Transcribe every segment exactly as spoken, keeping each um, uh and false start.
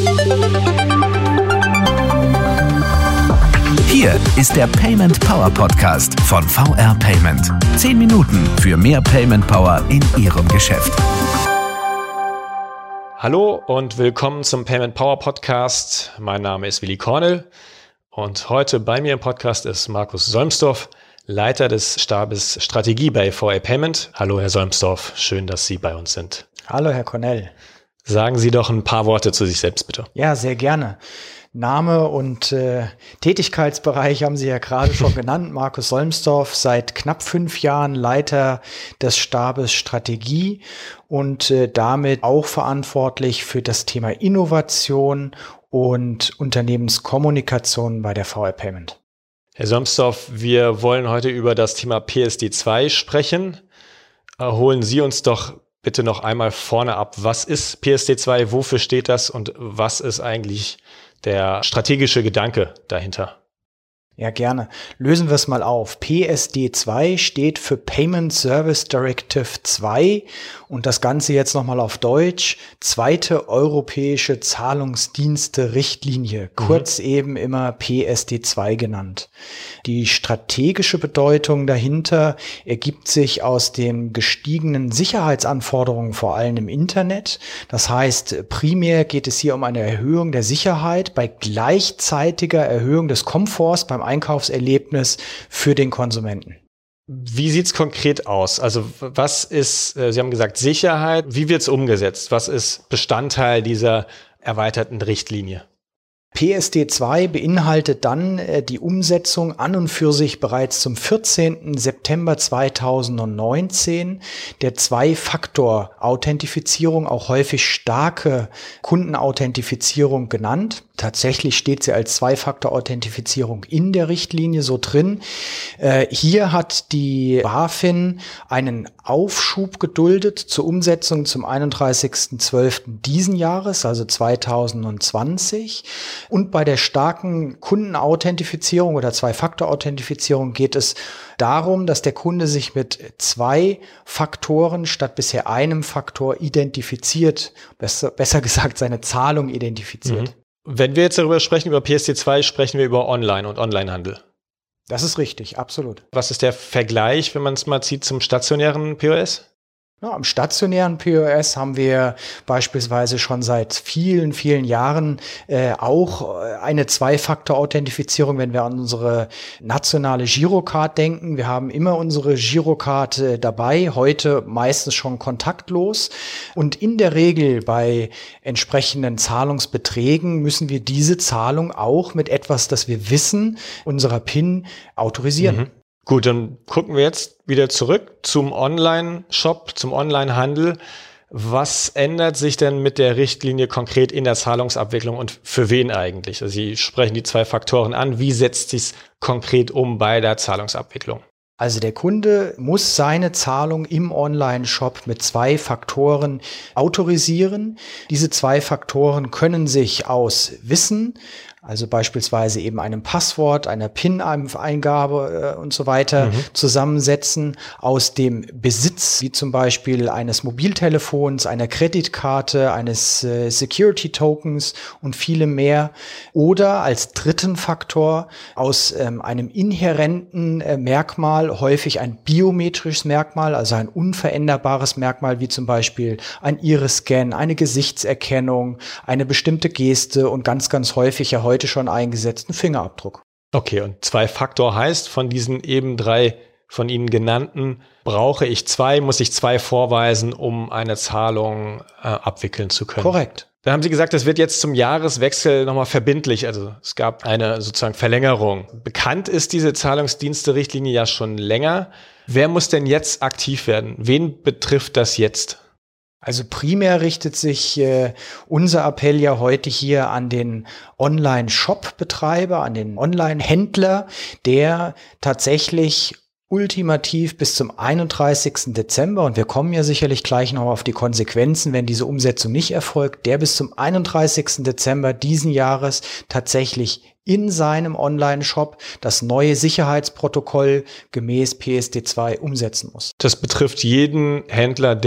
Hier ist der Payment Power Podcast von V R Payment. Zehn Minuten für mehr Payment Power in Ihrem Geschäft. Hallo und willkommen zum Payment Power Podcast. Mein Name ist Willi Kornel und heute bei mir im Podcast ist Markus Solmsdorf, Leiter des Stabes Strategie bei V R Payment. Hallo Herr Solmsdorf, schön, dass Sie bei uns sind. Hallo Herr Kornel. Sagen Sie doch ein paar Worte zu sich selbst, bitte. Ja, sehr gerne. Name und äh, Tätigkeitsbereich haben Sie ja gerade schon genannt. Markus Solmsdorf, seit knapp fünf Jahren Leiter des Stabes Strategie und äh, damit auch verantwortlich für das Thema Innovation und Unternehmenskommunikation bei der V R Payment. Herr Solmsdorf, wir wollen heute über das Thema P S D zwei sprechen. Holen Sie uns doch bitte noch einmal vorne ab. Was ist P S D zwei? Wofür steht das? Und was ist eigentlich der strategische Gedanke dahinter? Ja, gerne. Lösen wir es mal auf. P S D zwei steht für Payment Service Directive zwei und das Ganze jetzt nochmal auf Deutsch. Zweite europäische Zahlungsdienste-Richtlinie, kurz mhm. eben immer P S D zwei genannt. Die strategische Bedeutung dahinter ergibt sich aus den gestiegenen Sicherheitsanforderungen, vor allem im Internet. Das heißt, primär geht es hier um eine Erhöhung der Sicherheit bei gleichzeitiger Erhöhung des Komforts beim Einkaufserlebnis für den Konsumenten. Wie sieht's konkret aus? Also was ist, Sie haben gesagt Sicherheit, wie wird's umgesetzt? Was ist Bestandteil dieser erweiterten Richtlinie? P S D zwei beinhaltet dann äh, die Umsetzung an und für sich bereits zum vierzehnten September zweitausendneunzehn der Zwei-Faktor-Authentifizierung, auch häufig starke Kundenauthentifizierung genannt. Tatsächlich steht sie als Zwei-Faktor-Authentifizierung in der Richtlinie so drin. Äh, hier hat die BaFin einen Aufschub geduldet zur Umsetzung zum einunddreißigsten zwölften diesen Jahres, also zweitausendzwanzig. Und bei der starken Kundenauthentifizierung oder Zwei-Faktor-Authentifizierung geht es darum, dass der Kunde sich mit zwei Faktoren statt bisher einem Faktor identifiziert, besser, besser gesagt seine Zahlung identifiziert. Mhm. Wenn wir jetzt darüber sprechen, über P S D zwei, sprechen wir über Online und Onlinehandel. Das ist richtig, absolut. Was ist der Vergleich, wenn man es mal zieht, zum stationären P O S? Ja, am stationären P O S haben wir beispielsweise schon seit vielen, vielen Jahren äh, auch eine Zwei-Faktor-Authentifizierung, wenn wir an unsere nationale Girocard denken. Wir haben immer unsere Girocard äh, dabei, heute meistens schon kontaktlos. Und in der Regel bei entsprechenden Zahlungsbeträgen müssen wir diese Zahlung auch mit etwas, das wir wissen, unserer P I N autorisieren. Mhm. Gut, dann gucken wir jetzt wieder zurück zum Online-Shop, zum Online-Handel. Was ändert sich denn mit der Richtlinie konkret in der Zahlungsabwicklung und für wen eigentlich? Also Sie sprechen die zwei Faktoren an. Wie setzt sich es konkret um bei der Zahlungsabwicklung? Also der Kunde muss seine Zahlung im Online-Shop mit zwei Faktoren autorisieren. Diese zwei Faktoren können sich aus Wissen, also beispielsweise eben einem Passwort, einer P I N-Eingabe äh, und so weiter, mhm. zusammensetzen, aus dem Besitz, wie zum Beispiel eines Mobiltelefons, einer Kreditkarte, eines äh, Security-Tokens und vielem mehr. Oder als dritten Faktor aus ähm, einem inhärenten äh, Merkmal, häufig ein biometrisches Merkmal, also ein unveränderbares Merkmal, wie zum Beispiel ein Iris-Scan, eine Gesichtserkennung, eine bestimmte Geste und ganz, ganz häufig ja heute schon eingesetzten Fingerabdruck. Okay, und Zwei-Faktor heißt, von diesen eben drei von Ihnen genannten, brauche ich zwei, muss ich zwei vorweisen, um eine Zahlung äh, abwickeln zu können. Korrekt. Dann haben Sie gesagt, das wird jetzt zum Jahreswechsel nochmal verbindlich. Also es gab eine sozusagen Verlängerung. Bekannt ist diese Zahlungsdienste-Richtlinie ja schon länger. Wer muss denn jetzt aktiv werden? Wen betrifft das jetzt? Also primär richtet sich äh, unser Appell ja heute hier an den Online-Shop-Betreiber, an den Online-Händler, der tatsächlich ultimativ bis zum einunddreißigsten Dezember, und wir kommen ja sicherlich gleich noch auf die Konsequenzen, wenn diese Umsetzung nicht erfolgt, der bis zum einunddreißigsten Dezember diesen Jahres tatsächlich in seinem Online-Shop das neue Sicherheitsprotokoll gemäß P S D zwei umsetzen muss. Das betrifft jeden Händler, der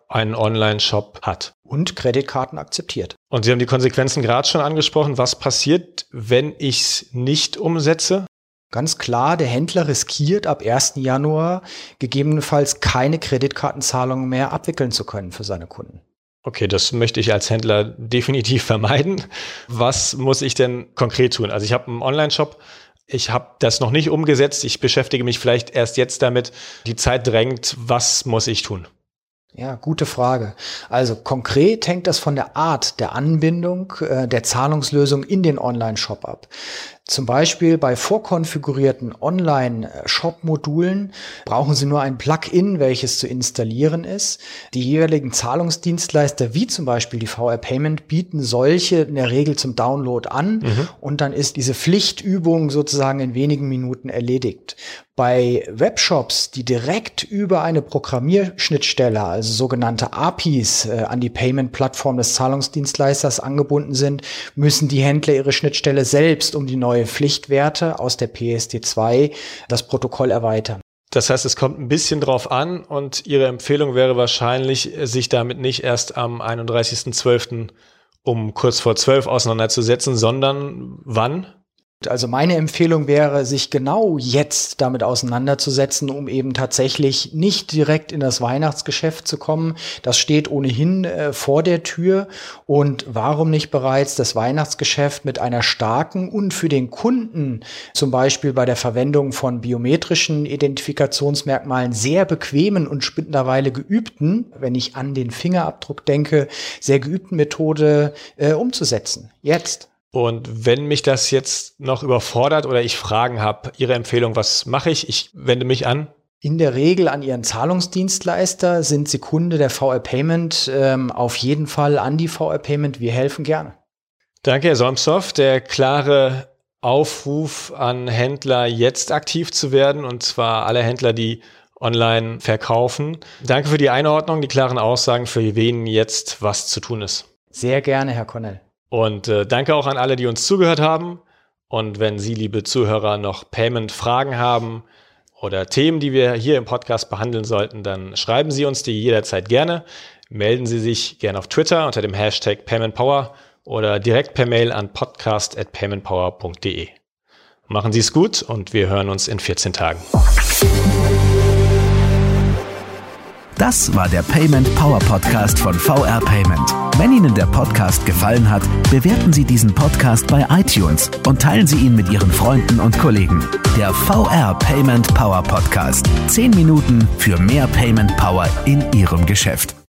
einen Online-Shop hat. Und Kreditkarten akzeptiert. Und Sie haben die Konsequenzen gerade schon angesprochen. Was passiert, wenn ich es nicht umsetze? Ganz klar, der Händler riskiert ab ersten Januar gegebenenfalls keine Kreditkartenzahlungen mehr abwickeln zu können für seine Kunden. Okay, das möchte ich als Händler definitiv vermeiden. Was muss ich denn konkret tun? Also ich habe einen Online-Shop, ich habe das noch nicht umgesetzt, ich beschäftige mich vielleicht erst jetzt damit, die Zeit drängt. Was muss ich tun? Ja, gute Frage. Also konkret hängt das von der Art der Anbindung äh, der Zahlungslösung in den Online-Shop ab. Zum Beispiel bei vorkonfigurierten Online-Shop-Modulen brauchen Sie nur ein Plugin, welches zu installieren ist. Die jeweiligen Zahlungsdienstleister, wie zum Beispiel die V R Payment, bieten solche in der Regel zum Download an mhm. und dann ist diese Pflichtübung sozusagen in wenigen Minuten erledigt. Bei Webshops, die direkt über eine Programmierschnittstelle, also sogenannte A P Is, äh, an die Payment-Plattform des Zahlungsdienstleisters angebunden sind, müssen die Händler ihre Schnittstelle selbst um die neue Pflichtwerte aus der P S D zwei das Protokoll erweitern. Das heißt, es kommt ein bisschen drauf an und Ihre Empfehlung wäre wahrscheinlich, sich damit nicht erst am einunddreißigsten zwölften um kurz vor zwölf auseinanderzusetzen, sondern wann? Also meine Empfehlung wäre, sich genau jetzt damit auseinanderzusetzen, um eben tatsächlich nicht direkt in das Weihnachtsgeschäft zu kommen. Das steht ohnehin äh, vor der Tür. Und warum nicht bereits das Weihnachtsgeschäft mit einer starken und für den Kunden, zum Beispiel bei der Verwendung von biometrischen Identifikationsmerkmalen, sehr bequemen und mittlerweile geübten, wenn ich an den Fingerabdruck denke, sehr geübten Methode äh, umzusetzen. Jetzt. Und wenn mich das jetzt noch überfordert oder ich Fragen habe, Ihre Empfehlung, was mache ich? Ich wende mich an? In der Regel an Ihren Zahlungsdienstleister. Sind Sie Kunde der V R Payment, ähm, auf jeden Fall an die V R Payment. Wir helfen gerne. Danke, Herr Solmshoff. Der klare Aufruf an Händler, jetzt aktiv zu werden, und zwar alle Händler, die online verkaufen. Danke für die Einordnung, die klaren Aussagen, für wen jetzt was zu tun ist. Sehr gerne, Herr Cornell. Und äh, danke auch an alle, die uns zugehört haben. Und wenn Sie, liebe Zuhörer, noch Payment-Fragen haben oder Themen, die wir hier im Podcast behandeln sollten, dann schreiben Sie uns die jederzeit gerne. Melden Sie sich gerne auf Twitter unter dem Hashtag PaymentPower oder direkt per Mail an podcast at paymentpower punkt de. Machen Sie es gut und wir hören uns in vierzehn Tagen. Das war der Payment Power Podcast von V R Payment. Wenn Ihnen der Podcast gefallen hat, bewerten Sie diesen Podcast bei iTunes und teilen Sie ihn mit Ihren Freunden und Kollegen. Der V R Payment Power Podcast. Zehn Minuten für mehr Payment Power in Ihrem Geschäft.